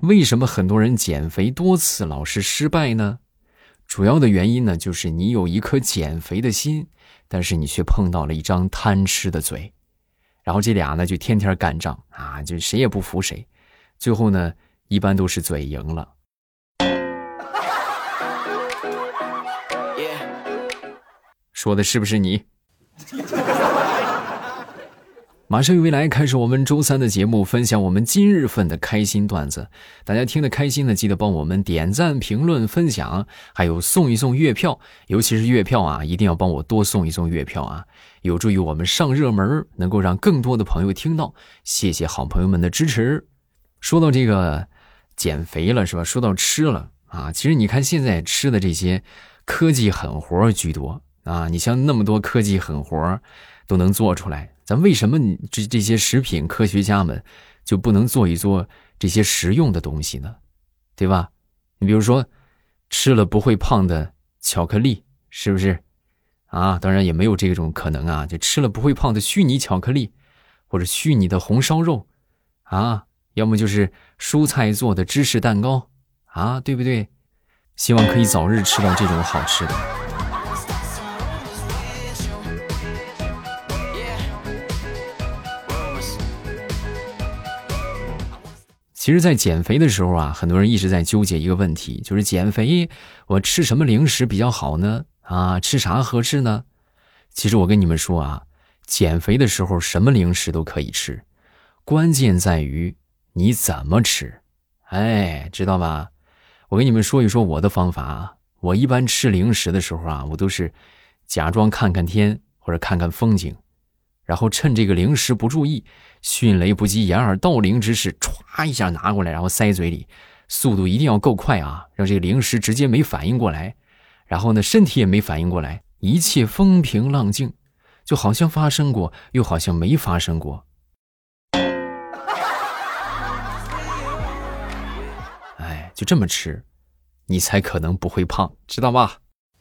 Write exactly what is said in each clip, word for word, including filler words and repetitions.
为什么很多人减肥多次老是失败呢？主要的原因呢，就是你有一颗减肥的心，但是你却碰到了一张贪吃的嘴，然后这俩呢就天天干仗啊，就谁也不服谁，最后呢一般都是嘴赢了。说的是不是你？马上与未来开始我们周三的节目，分享我们今日份的开心段子。大家听得开心的记得帮我们点赞、评论、分享，还有送一送月票，尤其是月票啊，一定要帮我多送一送月票啊，有助于我们上热门，能够让更多的朋友听到。谢谢好朋友们的支持。说到这个减肥了是吧？说到吃了啊，其实你看现在吃的这些科技狠活居多啊，你像那么多科技狠活都能做出来，咱为什么你这这些食品科学家们就不能做一做这些实用的东西呢？对吧？你比如说吃了不会胖的巧克力，是不是啊？当然也没有这种可能啊，就吃了不会胖的虚拟巧克力，或者虚拟的红烧肉啊，要么就是蔬菜做的芝士蛋糕啊，对不对？希望可以早日吃到这种好吃的。其实在减肥的时候啊，很多人一直在纠结一个问题，就是减肥我吃什么零食比较好呢？啊，吃啥合适呢？其实我跟你们说啊，减肥的时候什么零食都可以吃，关键在于你怎么吃。哎，知道吧？我跟你们说一说我的方法啊。我一般吃零食的时候啊，我都是假装看看天或者看看风景，然后趁这个零食不注意，迅雷不及掩耳盗铃之势，歘一下拿过来，然后塞嘴里，速度一定要够快啊，让这个零食直接没反应过来，然后呢身体也没反应过来，一切风平浪静，就好像发生过又好像没发生过。哎，就这么吃你才可能不会胖，知道吧？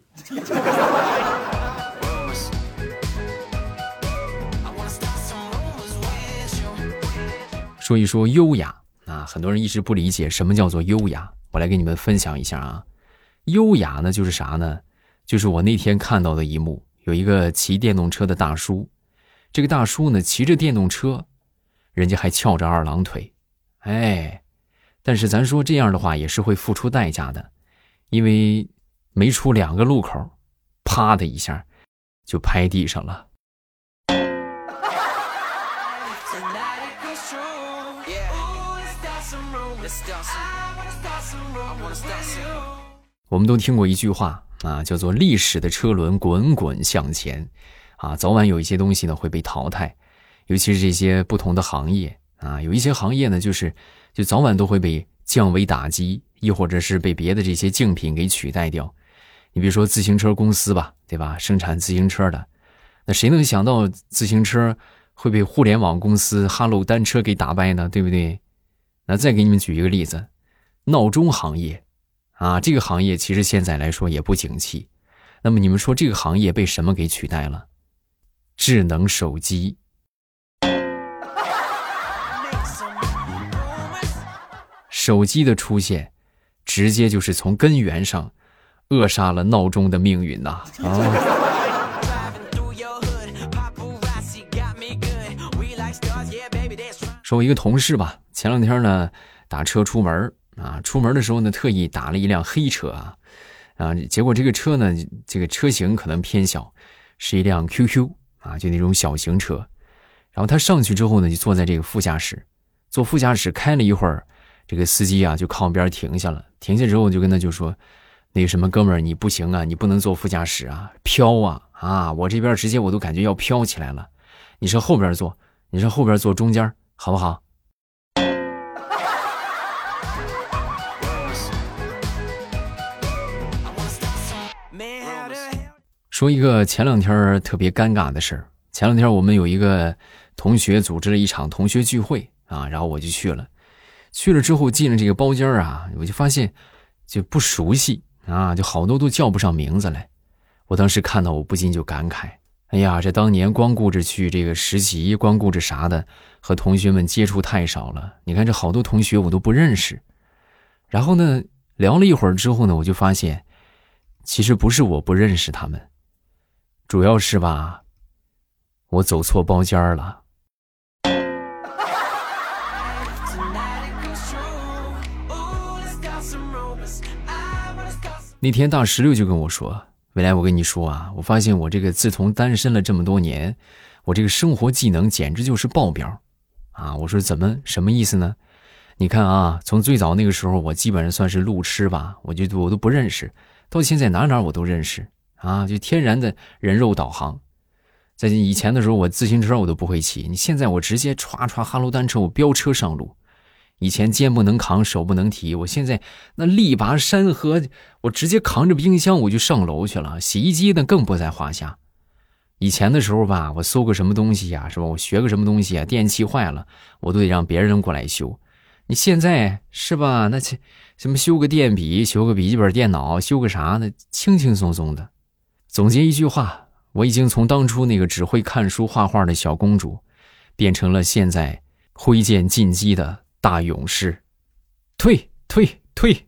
说一说优雅啊，很多人一直不理解什么叫做优雅，我来给你们分享一下啊。优雅呢就是啥呢？就是我那天看到的一幕，有一个骑电动车的大叔，这个大叔呢骑着电动车，人家还翘着二郎腿，哎，但是咱说这样的话也是会付出代价的，因为没出两个路口，啪的一下就拍地上了。我们都听过一句话啊，叫做历史的车轮滚滚向前啊，早晚有一些东西呢会被淘汰，尤其是这些不同的行业啊，有一些行业呢就是就早晚都会被降维打击，亦或者是被别的这些竞品给取代掉。你比如说自行车公司吧，对吧？生产自行车的，那谁能想到自行车会被互联网公司哈喽单车给打败呢？对不对？那再给你们举一个例子，闹钟行业啊，这个行业其实现在来说也不景气。那么你们说这个行业被什么给取代了？智能手机。手机的出现直接就是从根源上扼杀了闹钟的命运呐！啊说我一个同事吧，前两天呢打车出门啊，出门的时候呢特意打了一辆黑车啊，啊，结果这个车呢这个车型可能偏小，是一辆 Q Q 啊，就那种小型车。然后他上去之后呢就坐在这个副驾驶，坐副驾驶开了一会儿，这个司机啊就靠边停下了，停下之后就跟他就说，那个什么哥们儿你不行啊，你不能坐副驾驶啊，飘啊啊，我这边直接我都感觉要飘起来了，你是后边坐，你是后边坐中间好不好？说一个前两天特别尴尬的事儿。前两天我们有一个同学组织了一场同学聚会啊，然后我就去了。去了之后进了这个包间啊，我就发现就不熟悉啊，就好多都叫不上名字来。我当时看到我不禁就感慨，哎呀，这当年光顾着去这个实习，光顾着啥的，和同学们接触太少了。你看这好多同学我都不认识然后呢，聊了一会儿之后呢，我就发现，其实不是我不认识他们，主要是吧，我走错包间了。那天大石榴就跟我说，未来我跟你说啊，我发现我这个自从单身了这么多年，我这个生活技能简直就是爆表啊！我说怎么什么意思呢？你看啊，从最早那个时候我基本上算是路痴吧，我就我都不认识，到现在哪哪我都认识啊，就天然的人肉导航。在以前的时候我自行车我都不会骑，你现在我直接歘歘哈喽单车我飙车上路。以前肩不能扛手不能提，我现在那力拔山河，我直接扛着冰箱我就上楼去了，洗衣机那更不在话下。以前的时候吧，我搜个什么东西呀、啊，是吧？我学个什么东西啊，电器坏了，我都得让别人过来修。你现在是吧？那什么修个电笔，修个笔记本电脑，修个啥呢？轻轻松松的。总结一句话，我已经从当初那个只会看书画画的小公主，变成了现在挥剑进击的大勇士。退退退！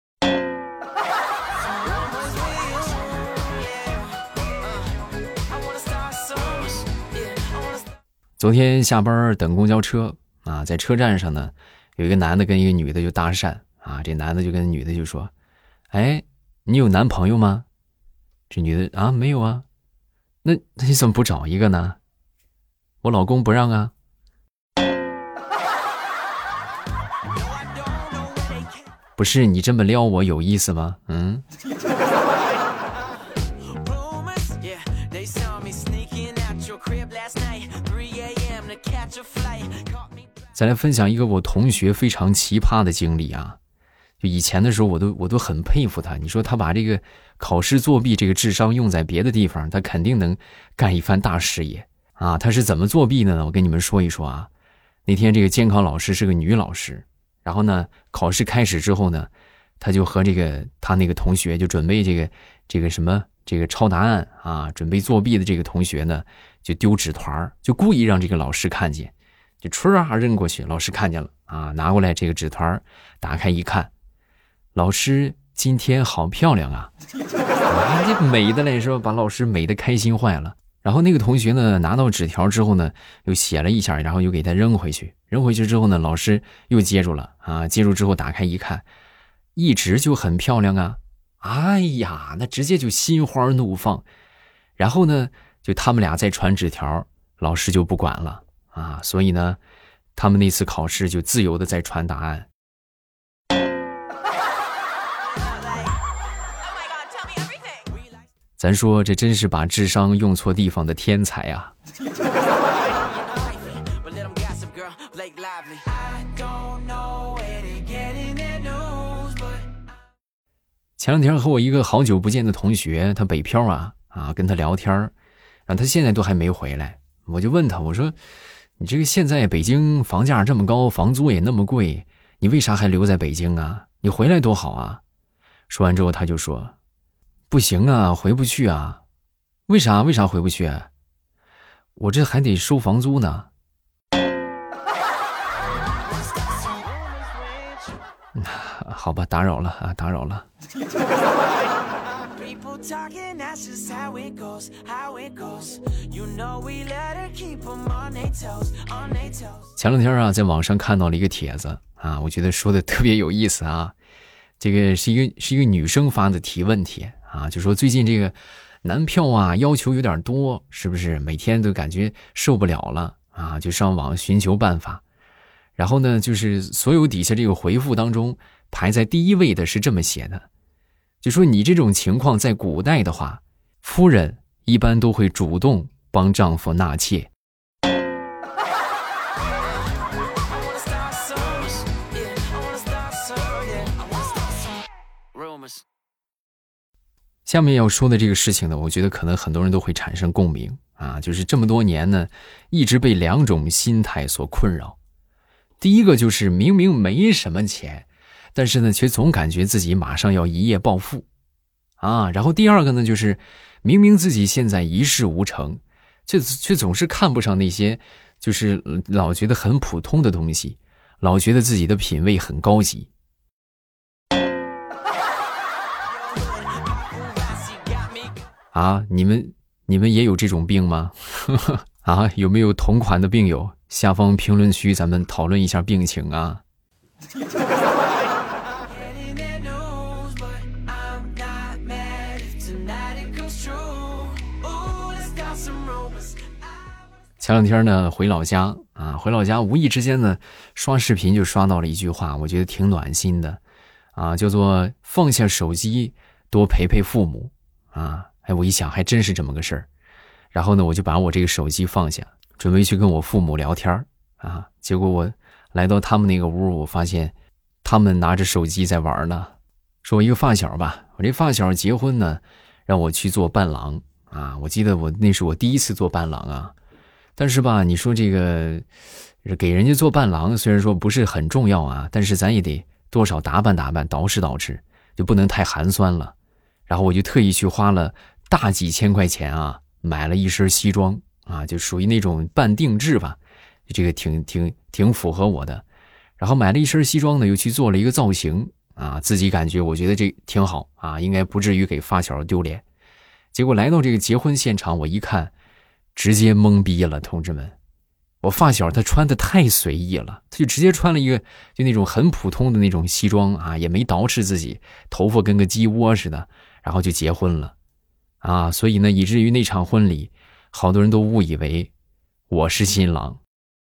昨天下班等公交车啊，在车站上呢，有一个男的跟一个女的就搭讪啊，这男的就跟女的就说：“哎，你有男朋友吗？”这女的啊，没有啊。那那你怎么不找一个呢？我老公不让啊。不是你这么撩我有意思吗？嗯。再来分享一个我同学非常奇葩的经历啊！就以前的时候，我都我都很佩服他。你说他把这个考试作弊这个智商用在别的地方，他肯定能干一番大事业啊！他是怎么作弊的呢？我跟你们说一说啊。那天这个监考老师是个女老师，然后呢，考试开始之后呢，他就和这个他那个同学就准备这个这个什么这个抄答案啊，准备作弊的这个同学呢，就丢纸团，就故意让这个老师看见。就唰啊扔过去，老师看见了啊，拿过来这个纸团，打开一看，老师今天好漂亮啊，啊这美的嘞是吧？把老师美的开心坏了。然后那个同学呢，拿到纸条之后呢，又写了一下，然后又给他扔回去。扔回去之后呢，老师又接住了啊，接住之后打开一看，一直就很漂亮啊。哎呀，那直接就心花怒放。然后呢，就他们俩在传纸条，老师就不管了。啊，所以呢，他们那次考试就自由的在传答案。咱说这真是把智商用错地方的天才啊！前两天和我一个好久不见的同学，他北漂啊啊，跟他聊天，然后他现在都还没回来，我就问他，我说。你这个现在北京房价这么高，房租也那么贵，你为啥还留在北京啊？你回来多好啊！说完之后他就说，不行啊，回不去啊。为啥？为啥回不去啊？我这还得收房租呢。好吧，打扰了啊，打扰了。前两天啊，在网上看到了一个帖子啊，我觉得说的特别有意思啊。这个是一个是一个女生发的提问帖啊，就说最近这个男票啊要求有点多，是不是每天都感觉受不了了啊？就上网寻求办法。然后呢，就是所有底下这个回复当中排在第一位的是这么写的。就说你这种情况在古代的话，夫人一般都会主动帮丈夫纳妾。下面要说的这个事情呢，我觉得可能很多人都会产生共鸣啊，就是这么多年呢，一直被两种心态所困扰。第一个就是明明没什么钱，但是呢，却总感觉自己马上要一夜暴富啊。然后第二个呢，就是明明自己现在一事无成，却却总是看不上那些就是老觉得很普通的东西，老觉得自己的品味很高级。 啊，你们你们也有这种病吗？啊，有没有同款的病友？下方评论区咱们讨论一下病情啊。前两天呢回老家啊，回老家无意之间呢刷视频就刷到了一句话，我觉得挺暖心的啊，叫做放下手机多陪陪父母啊。哎，我一想还真是这么个事儿，然后呢我就把我这个手机放下，准备去跟我父母聊天啊，结果我来到他们那个屋，我发现他们拿着手机在玩呢。说我一个发小吧，我这发小结婚呢让我去做伴郎啊，我记得我那是我第一次做伴郎啊。但是吧，你说这个给人家做伴郎虽然说不是很重要啊，但是咱也得多少打扮打扮，捯饬捯饬，就不能太寒酸了。然后我就特意去花了大几千块钱啊，买了一身西装啊，就属于那种半定制吧，这个挺挺挺符合我的。然后买了一身西装呢，又去做了一个造型啊，自己感觉我觉得这挺好啊，应该不至于给发小丢脸。结果来到这个结婚现场，我一看直接懵逼了，同志们，我发小他穿的太随意了，他就直接穿了一个就那种很普通的那种西装啊，也没捯饬自己，头发跟个鸡窝似的，然后就结婚了啊。所以呢，以至于那场婚礼好多人都误以为我是新郎。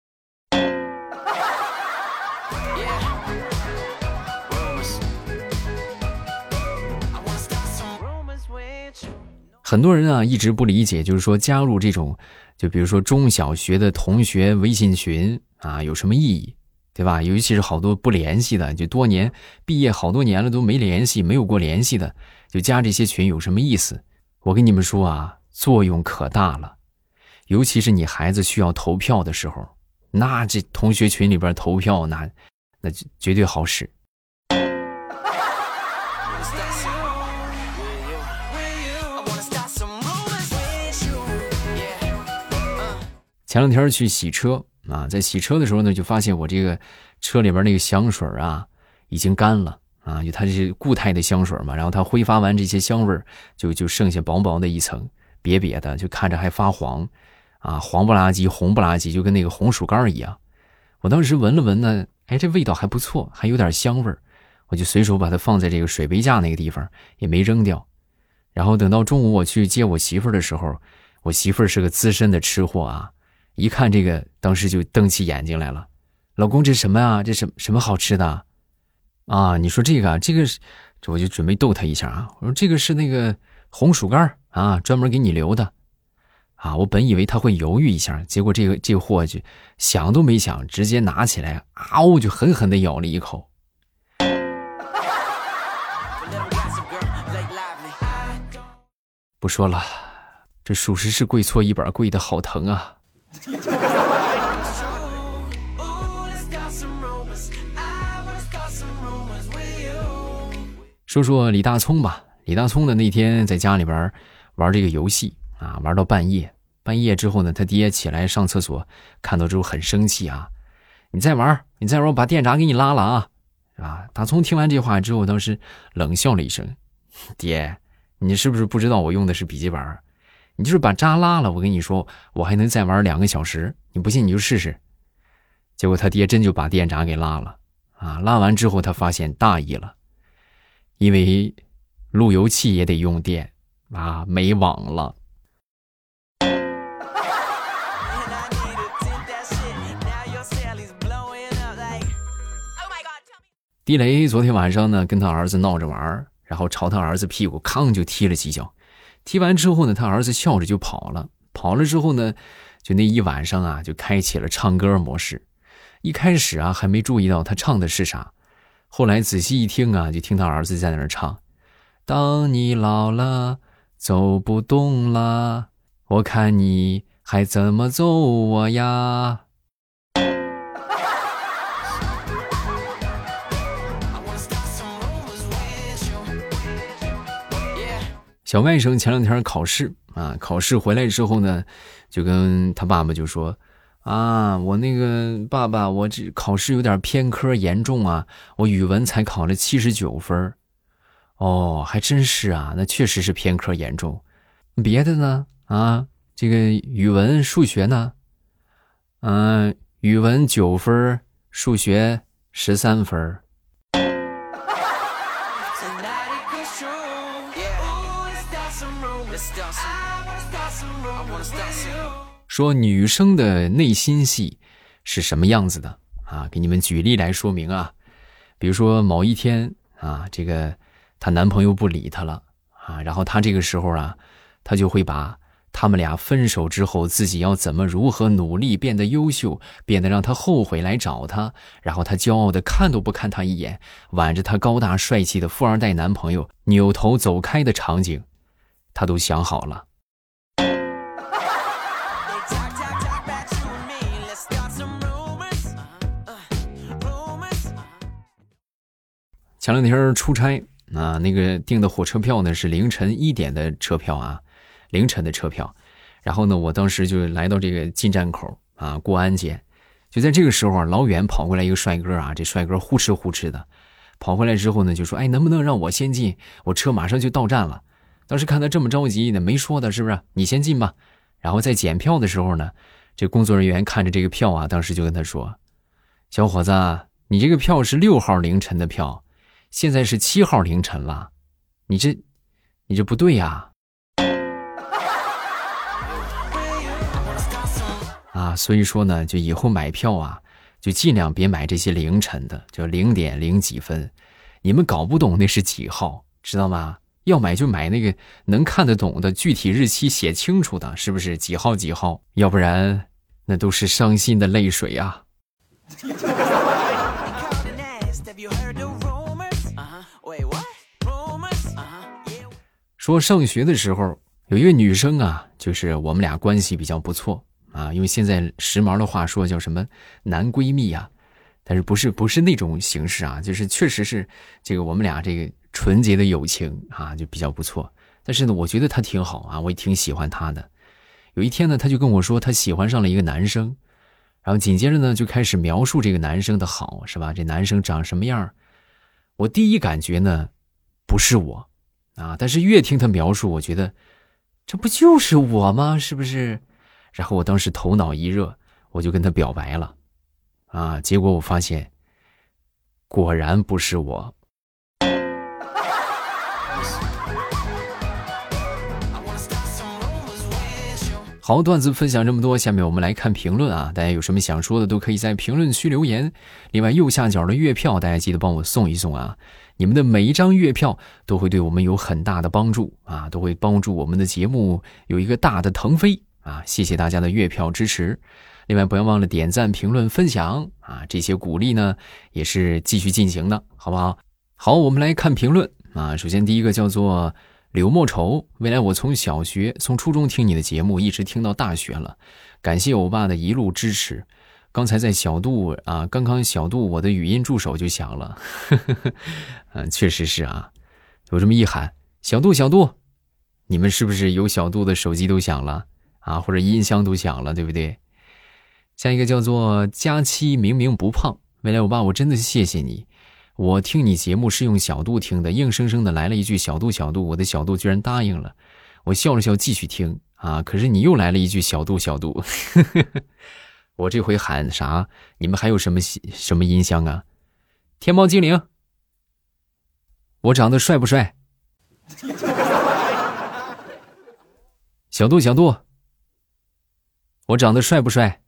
很多人啊一直不理解，就是说加入这种就比如说中小学的同学微信群啊有什么意义，对吧？尤其是好多不联系的，就多年毕业好多年了都没联系没有过联系的，就加这些群有什么意思？我跟你们说啊，作用可大了。尤其是你孩子需要投票的时候，那这同学群里边投票那那绝对好使。前两天去洗车啊，在洗车的时候呢，就发现我这个车里边那个香水啊已经干了啊，就它这是固态的香水嘛，然后它挥发完这些香味就就剩下薄薄的一层，瘪瘪的，就看着还发黄啊，黄不拉几红不拉几，就跟那个红薯干一样。我当时闻了闻呢，哎，这味道还不错，还有点香味，我就随手把它放在这个水杯架那个地方，也没扔掉。然后等到中午我去接我媳妇儿的时候，我媳妇儿是个资深的吃货啊，一看这个当时就瞪起眼睛来了，老公这什么啊，这什什么好吃的啊？你说这个这个是，我就准备逗他一下啊，我说这个是那个红薯干啊，专门给你留的啊。我本以为他会犹豫一下，结果这个这个货就想都没想，直接拿起来啊呜就狠狠地咬了一口。不说了，这属实是跪搓衣板跪得好疼啊。说说李大聪吧，李大聪的那天在家里边玩这个游戏啊，玩到半夜，半夜之后呢，他爹起来上厕所，看到之后很生气啊，你再玩，你再玩，我把电闸给你拉了啊，是吧？大聪听完这话之后，当时冷笑了一声，爹，你是不是不知道我用的是笔记本？你就是把闸拉了，我跟你说，我还能再玩两个小时，你不信你就试试。结果他爹真就把电闸给拉了啊！拉完之后他发现大意了，因为路由器也得用电啊，没网了。地雷昨天晚上呢跟他儿子闹着玩，然后朝他儿子屁股康就踢了几脚，踢完之后呢，他儿子笑着就跑了。跑了之后呢，就那一晚上啊，就开启了唱歌模式。一开始啊，还没注意到他唱的是啥，后来仔细一听啊，就听他儿子在那儿唱：当你老了，走不动了，我看你还怎么揍我呀。小外甥前两天考试啊，考试回来之后呢，就跟他爸爸就说啊，我那个爸爸，我这考试有点偏科严重啊，我语文才考了七十九分。哦，还真是啊，那确实是偏科严重别的呢？啊，这个语文、数学呢？嗯、呃，语文九分，数学十三分。说女生的内心戏是什么样子的啊？给你们举例来说明啊。比如说某一天啊，这个她男朋友不理她了啊，然后她这个时候啊，她就会把他们俩分手之后自己要怎么如何努力变得优秀，变得让他后悔来找她，然后她骄傲的看都不看他一眼，挽着她高大帅气的富二代男朋友扭头走开的场景，她都想好了。前两天出差啊，那个订的火车票呢是凌晨一点的车票啊，凌晨的车票。然后呢，我当时就来到这个进站口啊，过安检。就在这个时候啊，老远跑过来一个帅哥啊，这帅哥呼哧呼哧的跑回来之后呢，就说：“哎，能不能让我先进？我车马上就到站了。”当时看他这么着急呢，没说的是不是？你先进吧。然后在检票的时候呢，这工作人员看着这个票啊，当时就跟他说：“小伙子，你这个票是六号凌晨的票。现在是七号凌晨了，你这你这不对呀。”啊，所以说呢，就以后买票啊，就尽量别买这些凌晨的，就零点零几分，你们搞不懂那是几号，知道吗？要买就买那个能看得懂的，具体日期写清楚的，是不是几号几号？要不然那都是伤心的泪水啊。说上学的时候有一个女生啊，就是我们俩关系比较不错啊，因为现在时髦的话说叫什么男闺蜜啊，但是不是不是那种形式啊，就是确实是这个我们俩这个纯洁的友情啊，就比较不错。但是呢，我觉得她挺好啊，我也挺喜欢她的。有一天呢，她就跟我说她喜欢上了一个男生，然后紧接着呢就开始描述这个男生的好，是吧？这男生长什么样？我第一感觉呢不是我啊，但是越听他描述，我觉得这不就是我吗？是不是？然后我当时头脑一热，我就跟他表白了啊，结果我发现果然不是我。好，段子分享这么多，下面我们来看评论啊，大家有什么想说的都可以在评论区留言。另外右下角的月票大家记得帮我送一送啊，你们的每一张月票都会对我们有很大的帮助啊，都会帮助我们的节目有一个大的腾飞啊，谢谢大家的月票支持。另外不要忘了点赞、评论、分享啊，这些鼓励呢也是继续进行的，好不好？好，我们来看评论啊，首先第一个叫做柳莫愁，未来我从小学从初中听你的节目一直听到大学了，感谢欧巴的一路支持。刚才在小度啊，刚刚小度我的语音助手就响了，嗯，确实是啊，有这么一喊，小度小度，你们是不是有小度的手机都响了啊，或者音箱都响了，对不对？下一个叫做佳期明明不胖，未来欧巴我真的谢谢你。我听你节目是用小度听的，硬生生的来了一句小度小度，我的小度居然答应了，我笑了笑继续听啊，可是你又来了一句小度小度，我这回喊啥？你们还有什么什么音箱啊？天猫精灵，我长得帅不帅？小度小度，我长得帅不帅？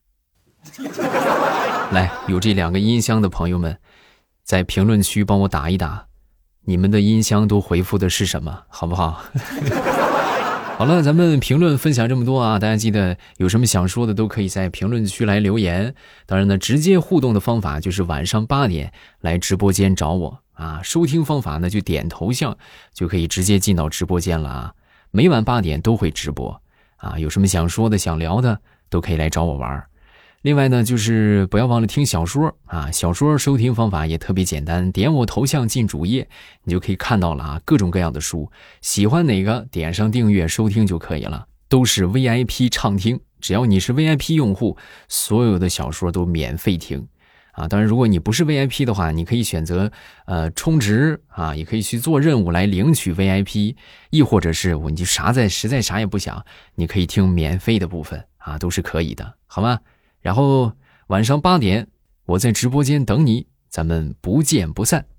来，有这两个音箱的朋友们在评论区帮我打一打，你们的音箱都回复的是什么，好不好？好了，咱们评论分享这么多啊，大家记得有什么想说的都可以在评论区来留言。当然呢，直接互动的方法就是晚上八点来直播间找我啊，收听方法呢就点头像就可以直接进到直播间了啊。每晚八点都会直播啊，有什么想说的想聊的都可以来找我玩。另外呢，就是不要忘了听小说啊，小说收听方法也特别简单，点我头像进主页，你就可以看到了啊，各种各样的书，喜欢哪个点上订阅收听就可以了，都是 V I P 畅听，只要你是 V I P 用户，所有的小说都免费听啊。当然如果你不是 V I P 的话，你可以选择呃充值啊，也可以去做任务来领取 V I P， 亦或者是你就啥在实在啥也不想，你可以听免费的部分啊，都是可以的，好吗？然后晚上八点我在直播间等你，咱们不见不散。